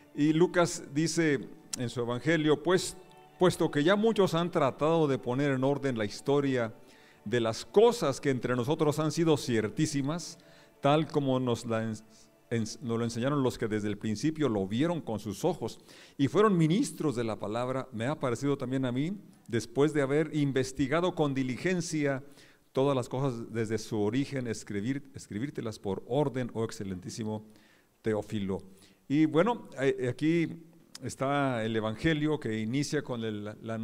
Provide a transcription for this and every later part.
Y Lucas dice en su evangelio, puesto que ya muchos han tratado de poner en orden la historia de las cosas que entre nosotros han sido ciertísimas, tal como nos lo enseñaron los que desde el principio lo vieron con sus ojos y fueron ministros de la palabra, me ha parecido también a mí, después de haber investigado con diligencia todas las cosas desde su origen, escribírtelas por orden, oh excelentísimo Teófilo. Y bueno, aquí está el evangelio que inicia con el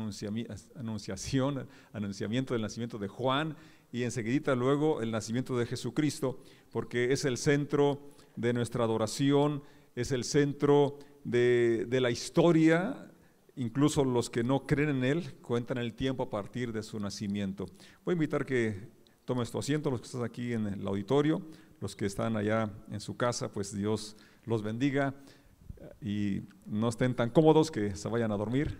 anunciamiento del nacimiento de Juan, y enseguidita luego el nacimiento de Jesucristo, porque es el centro de nuestra adoración, es el centro de la historia. Incluso los que no creen en Él cuentan el tiempo a partir de su nacimiento. Voy a invitar que tomes tu asiento, los que están aquí en el auditorio, los que están allá en su casa, pues Dios los bendiga y no estén tan cómodos que se vayan a dormir.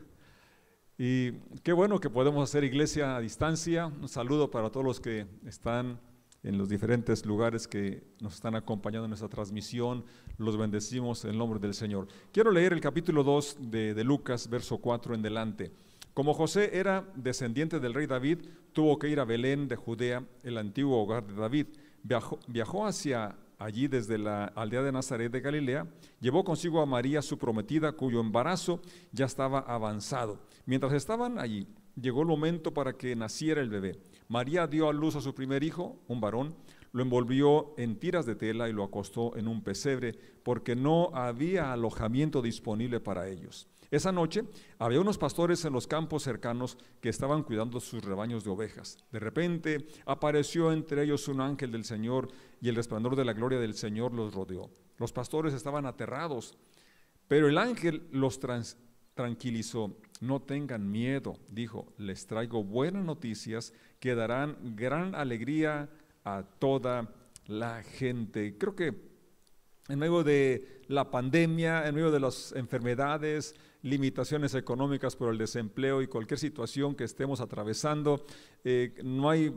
Y qué bueno que podemos hacer iglesia a distancia. Un saludo para todos los que están en los diferentes lugares que nos están acompañando en nuestra transmisión. Los bendecimos en el nombre del Señor. Quiero leer el capítulo 2 de Lucas, verso 4 en delante. Como José era descendiente del rey David, tuvo que ir a Belén de Judea, el antiguo hogar de David. Viajó hacia allí desde la aldea de Nazaret de Galilea, llevó consigo a María su prometida, cuyo embarazo ya estaba avanzado. Mientras estaban allí, llegó el momento para que naciera el bebé. María dio a luz a su primer hijo, un varón, lo envolvió en tiras de tela y lo acostó en un pesebre, porque no había alojamiento disponible para ellos. Esa noche había unos pastores en los campos cercanos que estaban cuidando sus rebaños de ovejas. De repente apareció entre ellos un ángel del Señor y el resplandor de la gloria del Señor los rodeó. Los pastores estaban aterrados, pero el ángel los tranquilizó. No tengan miedo, dijo, les traigo buenas noticias que darán gran alegría a toda la gente. Creo que en medio de la pandemia, en medio de las enfermedades, limitaciones económicas por el desempleo y cualquier situación que estemos atravesando, no hay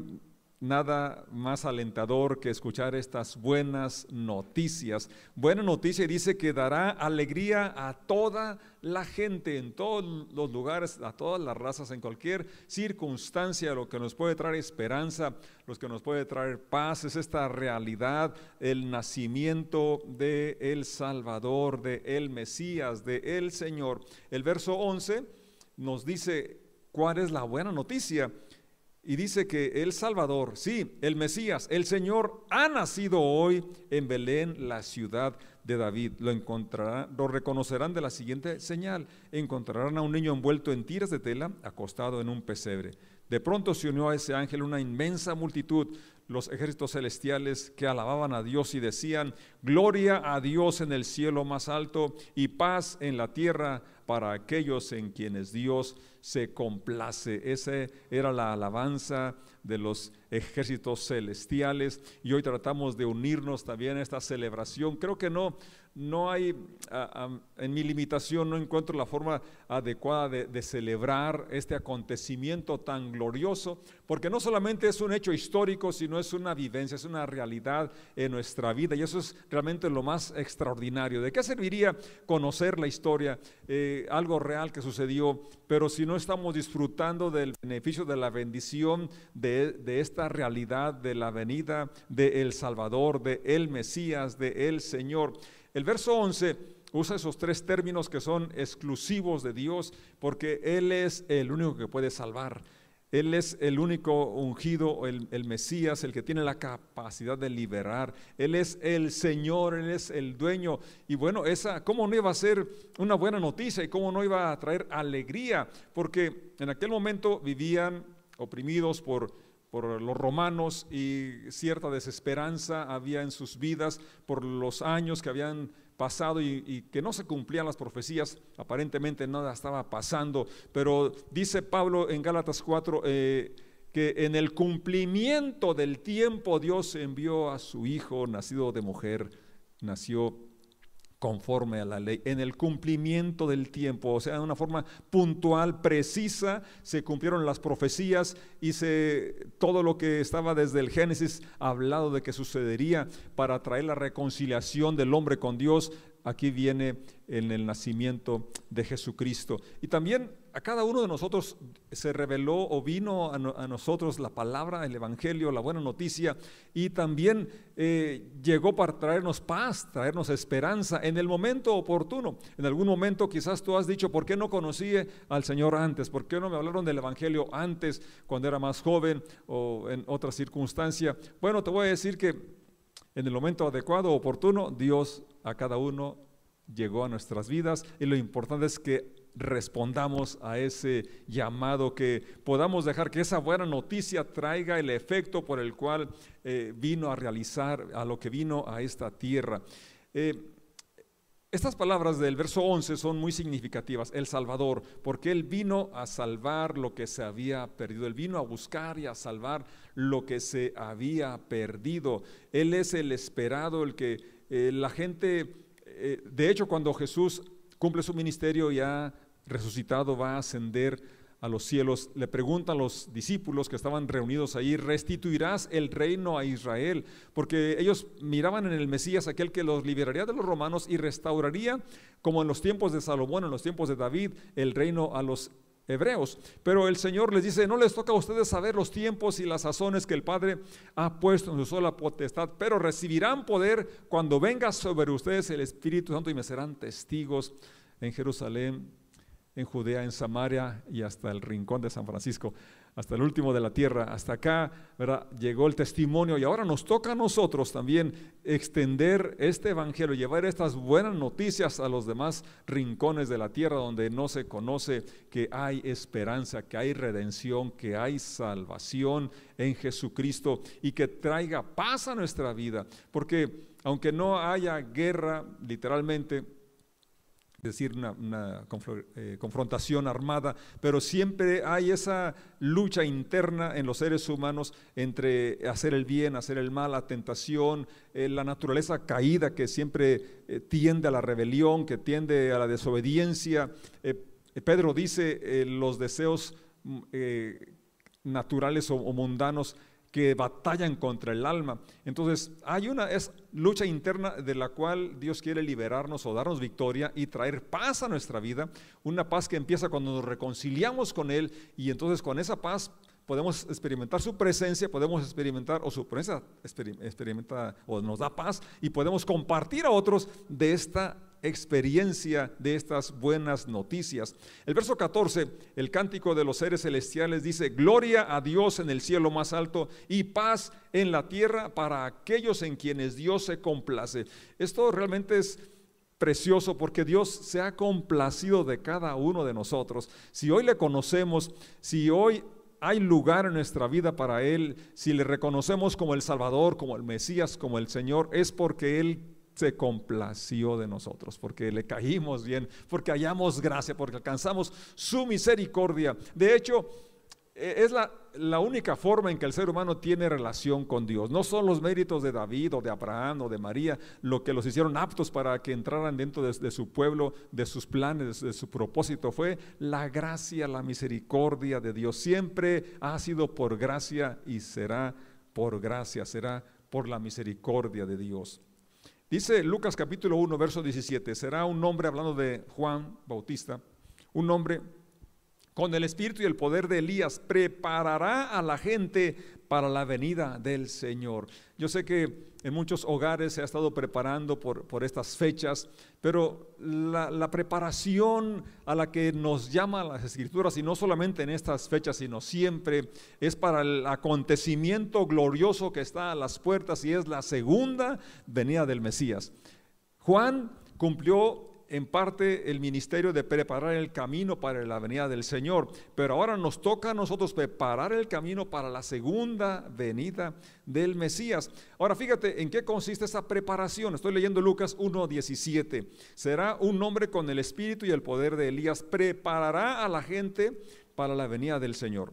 nada más alentador que escuchar estas buenas noticias. Buena noticia, y dice que dará alegría a toda la gente, en todos los lugares, a todas las razas, en cualquier circunstancia. Lo que nos puede traer esperanza, lo que nos puede traer paz, es esta realidad, el nacimiento de el Salvador, de el Mesías, de el Señor. El verso 11 nos dice cuál es la buena noticia. Y dice que el Salvador, sí, el Mesías, el Señor, ha nacido hoy en Belén, la ciudad de David. Lo reconocerán de la siguiente señal: encontrarán a un niño envuelto en tiras de tela, acostado en un pesebre. De pronto se unió a ese ángel una inmensa multitud, los ejércitos celestiales, que alababan a Dios y decían: gloria a Dios en el cielo más alto y paz en la tierra para aquellos en quienes Dios se complace. Esa era la alabanza de los ejércitos celestiales, y hoy tratamos de unirnos también a esta celebración. Creo que no hay, en mi limitación no encuentro la forma adecuada de celebrar este acontecimiento tan glorioso, porque no solamente es un hecho histórico, sino es una vivencia, es una realidad en nuestra vida, y eso es realmente lo más extraordinario. ¿De qué serviría conocer la historia, algo real que sucedió, pero si no estamos disfrutando del beneficio, de la bendición de esta realidad de la venida de el Salvador, de el Mesías, de el Señor? El verso 11 usa esos tres términos que son exclusivos de Dios, porque Él es el único que puede salvar. Él es el único ungido, el Mesías, el que tiene la capacidad de liberar. Él es el Señor, Él es el dueño. Y bueno, ¿cómo no iba a ser una buena noticia y cómo no iba a traer alegría? Porque en aquel momento vivían oprimidos por los romanos, y cierta desesperanza había en sus vidas por los años que habían pasado y que no se cumplían las profecías. Aparentemente nada estaba pasando, pero dice Pablo en Gálatas 4 que en el cumplimiento del tiempo Dios envió a su Hijo, nacido de mujer, nació conforme a la ley, en el cumplimiento del tiempo, o sea, de una forma puntual, precisa, se cumplieron las profecías y todo lo que estaba desde el Génesis hablado de que sucedería para traer la reconciliación del hombre con Dios, aquí viene en el nacimiento de Jesucristo. Y también a cada uno de nosotros se reveló o vino a nosotros la palabra, el evangelio, la buena noticia, y también llegó para traernos paz, traernos esperanza en el momento oportuno. En algún momento quizás tú has dicho: ¿por qué no conocí al Señor antes? ¿Por qué no me hablaron del evangelio antes, cuando era más joven o en otra circunstancia? Bueno, te voy a decir que en el momento adecuado, oportuno, Dios a cada uno llegó a nuestras vidas, y lo importante es que respondamos a ese llamado, que podamos dejar que esa buena noticia traiga el efecto por el cual vino a realizar, a lo que vino a esta tierra. Estas palabras del verso 11 son muy significativas. El Salvador, porque Él vino a salvar lo que se había perdido. Él vino a buscar y a salvar lo que se había perdido. Él es el esperado, el que la gente, de hecho, cuando Jesús cumple su ministerio, ya resucitado, va a ascender a los cielos, le preguntan los discípulos que estaban reunidos ahí: ¿restituirás el reino a Israel? Porque ellos miraban en el Mesías aquel que los liberaría de los romanos y restauraría, como en los tiempos de Salomón, en los tiempos de David, el reino a los hebreos. Pero el Señor les dice: no les toca a ustedes saber los tiempos y las sazones que el Padre ha puesto en su sola potestad, pero recibirán poder cuando venga sobre ustedes el Espíritu Santo, y me serán testigos en Jerusalén, en Judea, en Samaria y hasta el rincón de San Francisco, hasta el último de la tierra. Hasta acá, ¿verdad?, llegó el testimonio, y ahora nos toca a nosotros también extender este evangelio, llevar estas buenas noticias a los demás rincones de la tierra donde no se conoce que hay esperanza, que hay redención, que hay salvación en Jesucristo, y que traiga paz a nuestra vida. Porque aunque no haya guerra literalmente, es decir, una confrontación armada, pero siempre hay esa lucha interna en los seres humanos entre hacer el bien, hacer el mal, la tentación, la naturaleza caída que siempre tiende a la rebelión, que tiende a la desobediencia. Pedro dice los deseos naturales o mundanos que batallan contra el alma. Entonces hay una lucha interna de la cual Dios quiere liberarnos o darnos victoria y traer paz a nuestra vida, una paz que empieza cuando nos reconciliamos con Él, y entonces con esa paz podemos experimentar su presencia, podemos experimentar, o su presencia experimenta o nos da paz, y podemos compartir a otros de esta experiencia, de estas buenas noticias. El verso 14, el cántico de los seres celestiales dice: gloria a Dios en el cielo más alto y paz en la tierra para aquellos en quienes Dios se complace. Esto realmente es precioso, porque Dios se ha complacido de cada uno de nosotros. Si hoy le conocemos, si hoy hay lugar en nuestra vida para Él, si le reconocemos como el Salvador, como el Mesías, como el Señor, es porque Él se complació de nosotros, porque le caímos bien, porque hallamos gracia, porque alcanzamos su misericordia. De hecho, es la única forma en que el ser humano tiene relación con Dios. No son los méritos de David o de Abraham o de María lo que los hicieron aptos para que entraran dentro de su pueblo, de sus planes, de su propósito. Fue la gracia, la misericordia de Dios. Siempre ha sido por gracia y será por gracia, será por la misericordia de Dios. Dice Lucas capítulo 1, verso 17, será un hombre, hablando de Juan Bautista, un hombre con el espíritu y el poder de Elías, preparará a la gente para la venida del Señor. Yo sé que en muchos hogares se ha estado preparando por estas fechas, pero la preparación a la que nos llaman las Escrituras, y no solamente en estas fechas, sino siempre, es para el acontecimiento glorioso que está a las puertas, y es la segunda venida del Mesías. Juan cumplió en parte el ministerio de preparar el camino para la venida del Señor, pero ahora nos toca a nosotros preparar el camino para la segunda venida del Mesías. Ahora fíjate en qué consiste esa preparación. Estoy leyendo Lucas 1:17. Será un hombre con el espíritu y el poder de Elías, preparará a la gente para la venida del Señor.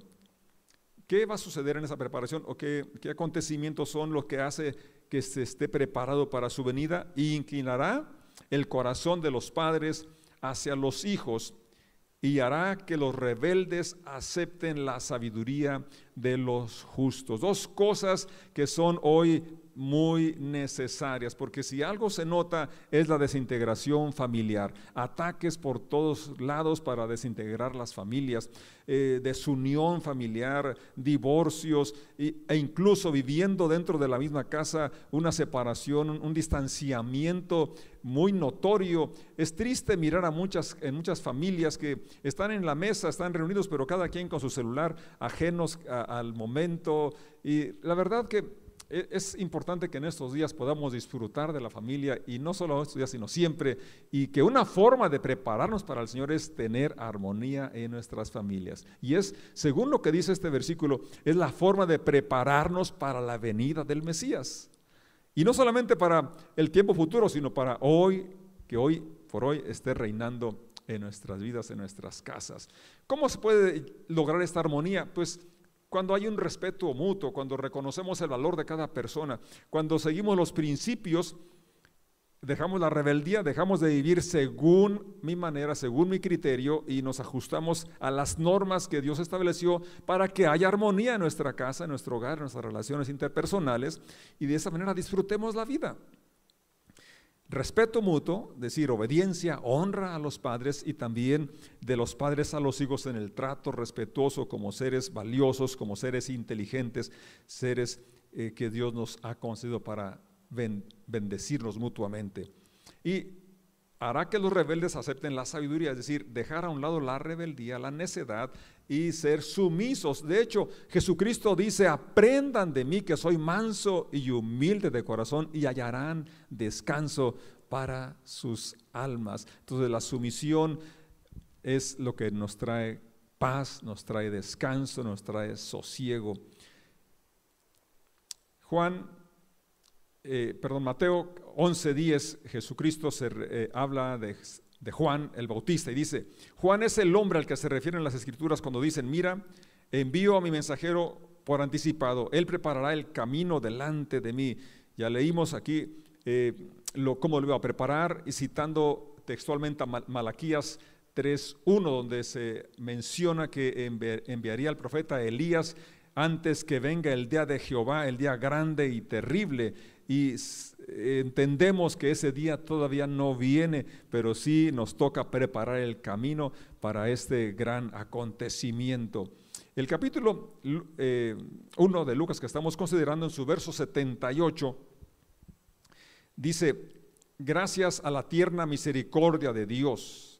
¿Qué va a suceder en esa preparación, o qué acontecimientos son los que hace que se esté preparado para su venida? Y inclinará el corazón de los padres hacia los hijos, y hará que los rebeldes acepten la sabiduría de los justos. Dos cosas que son hoy muy necesarias, porque si algo se nota es la desintegración familiar, ataques por todos lados para desintegrar las familias, desunión familiar, divorcios e incluso viviendo dentro de la misma casa una separación, un distanciamiento muy notorio. Es triste mirar en muchas familias que están en la mesa, están reunidos, pero cada quien con su celular, ajenos al momento, y la verdad que es importante que en estos días podamos disfrutar de la familia, y no solo estos días, sino siempre, y que una forma de prepararnos para el Señor es tener armonía en nuestras familias. Y es, según lo que dice este versículo, es la forma de prepararnos para la venida del Mesías. Y no solamente para el tiempo futuro, sino para hoy, que hoy por hoy esté reinando en nuestras vidas, en nuestras casas. ¿Cómo se puede lograr esta armonía? Pues cuando hay un respeto mutuo, cuando reconocemos el valor de cada persona, cuando seguimos los principios, dejamos la rebeldía, dejamos de vivir según mi manera, según mi criterio, y nos ajustamos a las normas que Dios estableció para que haya armonía en nuestra casa, en nuestro hogar, en nuestras relaciones interpersonales, y de esa manera disfrutemos la vida. Respeto mutuo, decir obediencia, honra a los padres, y también de los padres a los hijos en el trato respetuoso como seres valiosos, como seres inteligentes, seres que Dios nos ha concedido para bendecirnos mutuamente. Y hará que los rebeldes acepten la sabiduría, es decir, dejar a un lado la rebeldía, la necedad, y ser sumisos. De hecho, Jesucristo dice: aprendan de mí que soy manso y humilde de corazón, y hallarán descanso para sus almas. Entonces la sumisión es lo que nos trae paz, nos trae descanso, nos trae sosiego. Mateo 11:10, Jesucristo habla de Juan el Bautista y dice: Juan es el hombre al que se refieren las Escrituras cuando dicen: mira, envío a mi mensajero por anticipado, él preparará el camino delante de mí. Ya leímos aquí cómo lo iba a preparar, y citando textualmente a Malaquías 3:1, donde se menciona que enviaría al profeta Elías antes que venga el día de Jehová, el día grande y terrible. Y entendemos que ese día todavía no viene, pero sí nos toca preparar el camino para este gran acontecimiento. El capítulo 1 de Lucas, que estamos considerando, en su verso 78, dice: gracias a la tierna misericordia de Dios,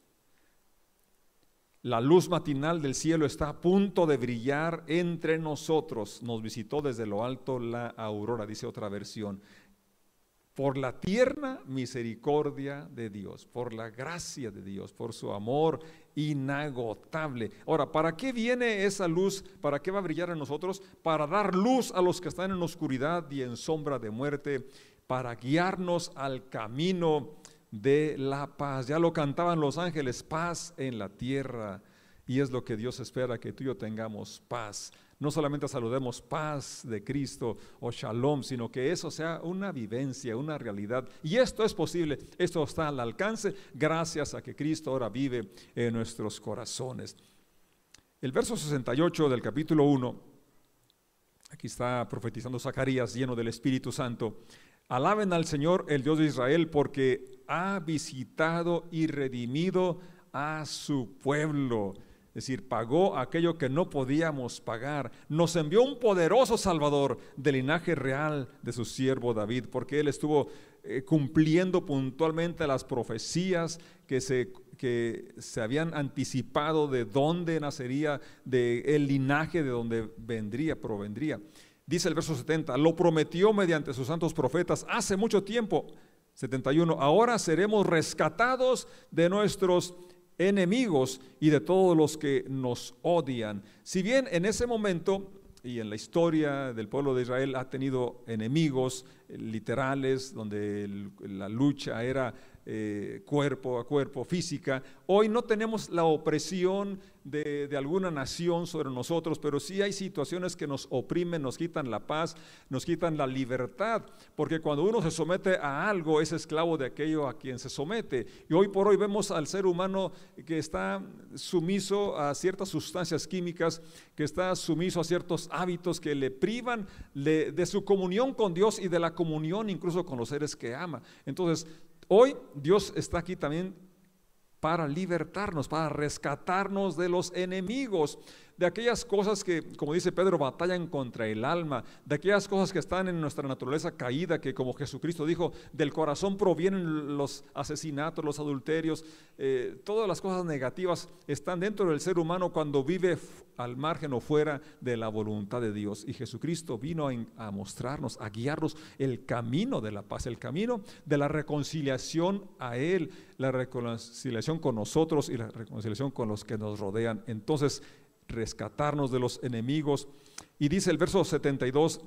la luz matinal del cielo está a punto de brillar entre nosotros. Nos visitó desde lo alto la aurora, dice otra versión. Por la tierna misericordia de Dios, por la gracia de Dios, por su amor inagotable. Ahora, ¿para qué viene esa luz? ¿Para qué va a brillar en nosotros? Para dar luz a los que están en oscuridad y en sombra de muerte, para guiarnos al camino de la paz. Ya lo cantaban los ángeles: paz en la tierra. Y es lo que Dios espera, que tú y yo tengamos paz. No solamente saludemos paz de Cristo o shalom, sino que eso sea una vivencia, una realidad. Y esto es posible, esto está al alcance gracias a que Cristo ahora vive en nuestros corazones. El verso 68 del capítulo 1, aquí está profetizando Zacarías, lleno del Espíritu Santo: alaben al Señor, el Dios de Israel, porque ha visitado y redimido a su pueblo. Es decir, pagó aquello que no podíamos pagar. Nos envió un poderoso Salvador del linaje real de su siervo David, porque él estuvo cumpliendo puntualmente las profecías que se habían anticipado de dónde nacería, del linaje de donde provendría. Dice el verso 70, lo prometió mediante sus santos profetas hace mucho tiempo. 71, ahora seremos rescatados de nuestros enemigos y de todos los que nos odian. Si bien en ese momento y en la historia del pueblo de Israel ha tenido enemigos literales, donde la lucha era cuerpo a cuerpo, física. Hoy no tenemos la opresión de alguna nación sobre nosotros, pero sí hay situaciones que nos oprimen, nos quitan la paz, nos quitan la libertad, porque cuando uno se somete a algo es esclavo de aquello a quien se somete. Y hoy por hoy vemos al ser humano que está sumiso a ciertas sustancias químicas, que está sumiso a ciertos hábitos que le privan de su comunión con Dios y de la comunión incluso con los seres que ama. Entonces, hoy Dios está aquí también para libertarnos, para rescatarnos de los enemigos, de aquellas cosas que, como dice Pedro, batallan contra el alma, de aquellas cosas que están en nuestra naturaleza caída, que como Jesucristo dijo, del corazón provienen los asesinatos, los adulterios, todas las cosas negativas están dentro del ser humano cuando vive al margen o fuera de la voluntad de Dios. Y Jesucristo vino a mostrarnos, a guiarnos el camino de la paz, el camino de la reconciliación a Él, la reconciliación con nosotros y la reconciliación con los que nos rodean. Entonces, rescatarnos de los enemigos. Y dice el verso 72,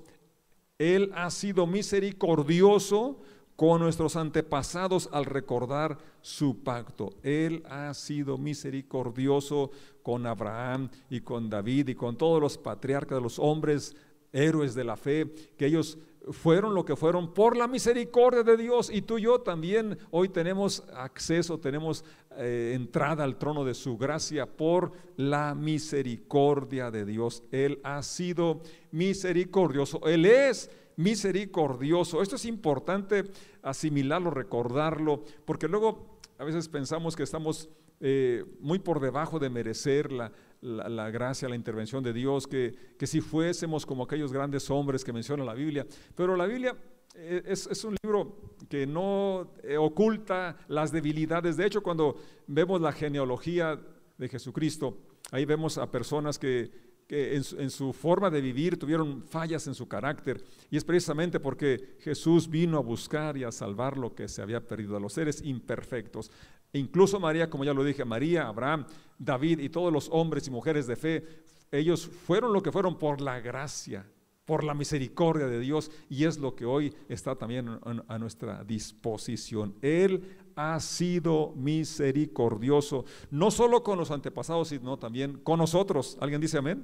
Él ha sido misericordioso con nuestros antepasados al recordar su pacto. Él ha sido misericordioso con Abraham y con David y con todos los patriarcas, los hombres, héroes de la fe, que ellos fueron lo que fueron por la misericordia de Dios, y tú y yo también hoy tenemos acceso, tenemos entrada al trono de su gracia por la misericordia de Dios. Él ha sido misericordioso, Él es misericordioso. Esto es importante asimilarlo, recordarlo, porque luego a veces pensamos que estamos muy por debajo de merecer la gracia, la intervención de Dios, que si fuésemos como aquellos grandes hombres que menciona la Biblia. Pero la Biblia es un libro que no oculta las debilidades. De hecho, cuando vemos la genealogía de Jesucristo, ahí vemos a personas que en su forma de vivir tuvieron fallas en su carácter, y es precisamente porque Jesús vino a buscar y a salvar lo que se había perdido, a los seres imperfectos. E incluso María, como ya lo dije, María, Abraham, David y todos los hombres y mujeres de fe, ellos fueron lo que fueron por la gracia, por la misericordia de Dios, y es lo que hoy está también a nuestra disposición. Él ha sido misericordioso, no solo con los antepasados, sino también con nosotros. ¿Alguien dice amén?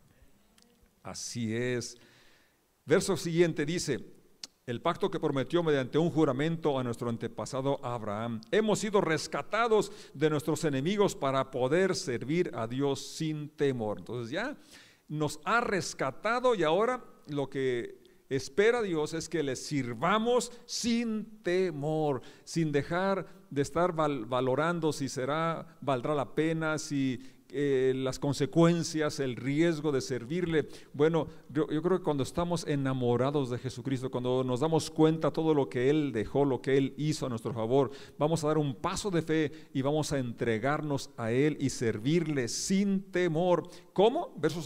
Así es. Verso siguiente dice, el pacto que prometió mediante un juramento a nuestro antepasado Abraham. Hemos sido rescatados de nuestros enemigos para poder servir a Dios sin temor. Entonces ya nos ha rescatado, y ahora lo que espera Dios es que le sirvamos sin temor, sin dejar de estar valorando si valdrá la pena, si las consecuencias, el riesgo de servirle. Bueno, yo creo que cuando estamos enamorados de Jesucristo, cuando nos damos cuenta todo lo que Él dejó, lo que Él hizo a nuestro favor, vamos a dar un paso de fe y vamos a entregarnos a Él y servirle sin temor. ¿Cómo? Verso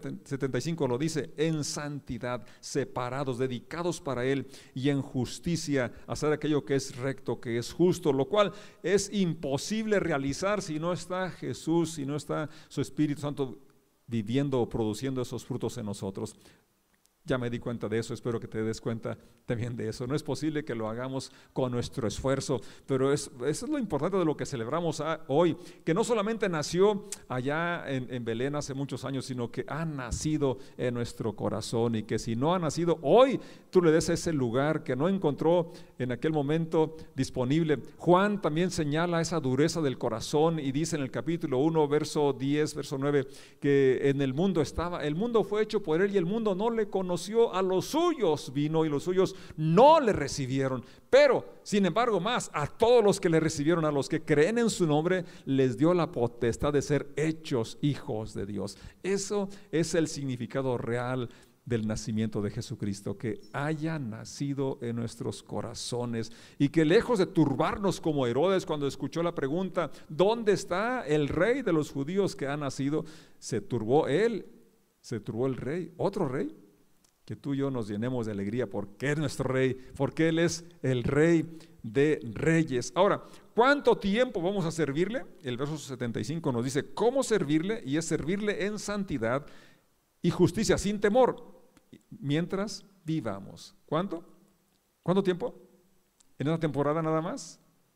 75 lo dice, en santidad, separados, dedicados para Él, y en justicia, hacer aquello que es recto, que es justo, lo cual es imposible realizar si no está Jesús, si no está su Espíritu Santo viviendo o produciendo esos frutos en nosotros. Ya me di cuenta de eso, espero que te des cuenta también de eso. No es posible que lo hagamos con nuestro esfuerzo, pero eso es lo importante de lo que celebramos hoy, que no solamente nació allá en Belén hace muchos años, sino que ha nacido en nuestro corazón, y que si no ha nacido hoy, tú le des ese lugar que no encontró en aquel momento disponible. Juan también señala esa dureza del corazón y dice en el capítulo 1, verso 10, verso 9, que en el mundo estaba, el mundo fue hecho por Él y el mundo no le conoció. A los suyos vino y los suyos no le recibieron, pero sin embargo más, a todos los que le recibieron, a los que creen en su nombre, les dio la potestad de ser hechos hijos de Dios. Eso es el significado real del nacimiento de Jesucristo, que haya nacido en nuestros corazones, y que lejos de turbarnos como Herodes cuando escuchó la pregunta, ¿dónde está el rey de los judíos que ha nacido? Se turbó él, se turbó el rey, otro rey. Que tú y yo nos llenemos de alegría porque es nuestro Rey, porque Él es el Rey de Reyes. Ahora, ¿cuánto tiempo vamos a servirle? El verso 75 nos dice cómo servirle, y es servirle en santidad y justicia, sin temor, mientras vivamos. ¿Cuánto? ¿Cuánto tiempo? ¿En una temporada nada más?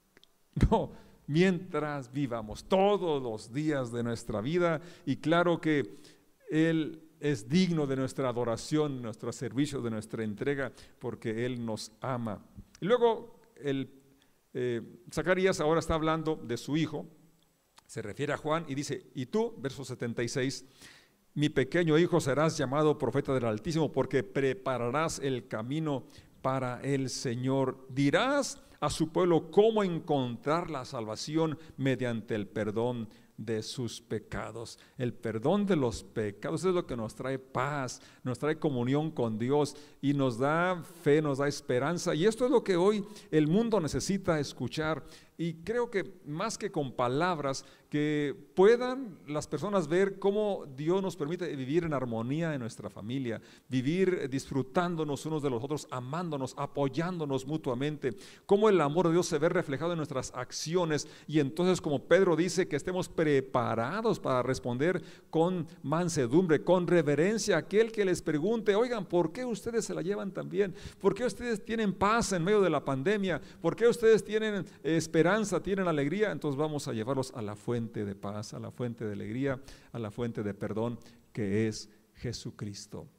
No, mientras vivamos todos los días de nuestra vida, y claro que Él es digno de nuestra adoración, nuestro servicio, de nuestra entrega, porque Él nos ama. Y luego Zacarías ahora está hablando de su hijo, se refiere a Juan y dice, y tú, verso 76, mi pequeño hijo, serás llamado profeta del Altísimo, porque prepararás el camino para el Señor. Dirás a su pueblo cómo encontrar la salvación mediante el perdón de sus pecados. El perdón de los pecados es lo que nos trae paz, nos trae comunión con Dios y nos da fe, nos da esperanza. Y esto es lo que hoy el mundo necesita escuchar. Y creo que más que con palabras, que puedan las personas ver cómo Dios nos permite vivir en armonía en nuestra familia, vivir disfrutándonos unos de los otros, amándonos, apoyándonos mutuamente, cómo el amor de Dios se ve reflejado en nuestras acciones, y entonces, como Pedro dice, que estemos preparados para responder con mansedumbre, con reverencia a aquel que les pregunte, oigan, ¿por qué ustedes se la llevan tan bien? ¿Por qué ustedes tienen paz en medio de la pandemia? ¿Por qué ustedes tienen esperanza, tienen alegría? Entonces vamos a llevarlos a la fuente de paz, a la fuente de alegría, a la fuente de perdón, que es Jesucristo.